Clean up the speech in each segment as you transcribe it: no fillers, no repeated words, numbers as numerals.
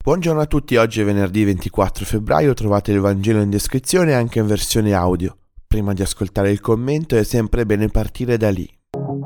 Buongiorno a tutti, oggi è venerdì 24 febbraio, trovate il Vangelo in descrizione anche in versione audio. Prima di ascoltare il commento è sempre bene partire da lì.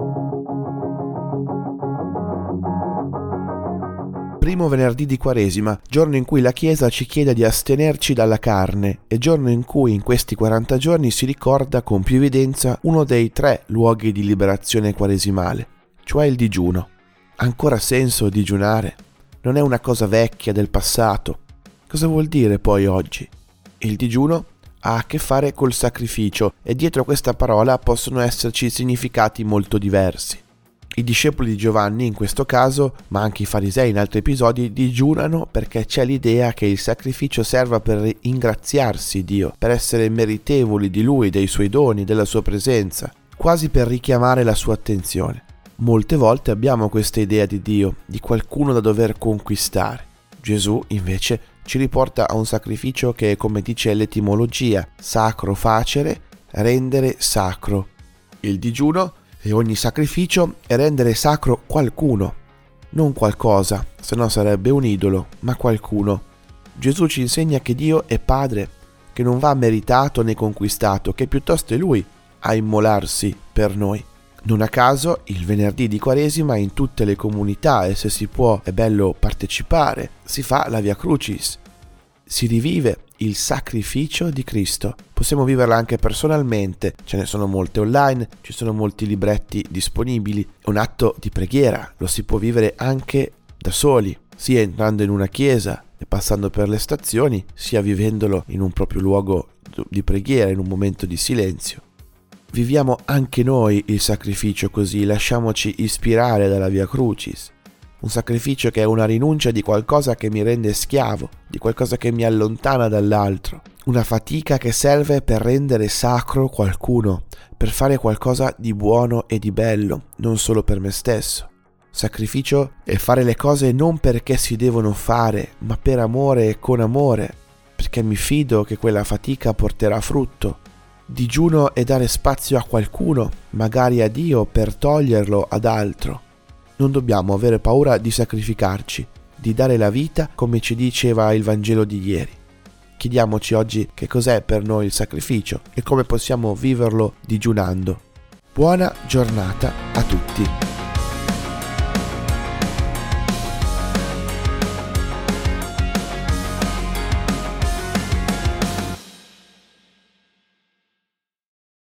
Primo venerdì di Quaresima, giorno in cui la Chiesa ci chiede di astenerci dalla carne e giorno in cui in questi 40 giorni si ricorda con più evidenza uno dei 3 luoghi di liberazione quaresimale, cioè il digiuno. Ha ancora senso digiunare? Non è una cosa vecchia del passato. Cosa vuol dire poi oggi? Il digiuno ha a che fare col sacrificio e dietro questa parola possono esserci significati molto diversi. I discepoli di Giovanni in questo caso, ma anche i farisei in altri episodi, digiunano perché c'è l'idea che il sacrificio serva per ingraziarsi Dio, per essere meritevoli di Lui, dei Suoi doni, della Sua presenza, quasi per richiamare la Sua attenzione. Molte volte abbiamo questa idea di Dio, di qualcuno da dover conquistare. Gesù, invece, ci riporta a un sacrificio che, come dice l'etimologia, sacro facere, rendere sacro. Il digiuno e ogni sacrificio è rendere sacro qualcuno, non qualcosa, se no sarebbe un idolo, ma qualcuno. Gesù ci insegna che Dio è Padre, che non va meritato né conquistato, che piuttosto è Lui a immolarsi per noi. Non a caso, il venerdì di Quaresima in tutte le comunità, e se si può è bello partecipare, si fa la Via Crucis. Si rivive il sacrificio di Cristo. Possiamo viverla anche personalmente, ce ne sono molte online, ci sono molti libretti disponibili. È un atto di preghiera, lo si può vivere anche da soli, sia entrando in una chiesa e passando per le stazioni, sia vivendolo in un proprio luogo di preghiera, in un momento di silenzio. Viviamo anche noi il sacrificio così, lasciamoci ispirare dalla Via Crucis. Un sacrificio che è una rinuncia di qualcosa che mi rende schiavo, di qualcosa che mi allontana dall'altro. Una fatica che serve per rendere sacro qualcuno, per fare qualcosa di buono e di bello, non solo per me stesso. Sacrificio è fare le cose non perché si devono fare, ma per amore e con amore, perché mi fido che quella fatica porterà frutto. Digiuno è dare spazio a qualcuno, magari a Dio, per toglierlo ad altro. Non dobbiamo avere paura di sacrificarci, di dare la vita come ci diceva il Vangelo di ieri. Chiediamoci oggi che cos'è per noi il sacrificio e come possiamo viverlo digiunando. Buona giornata a tutti.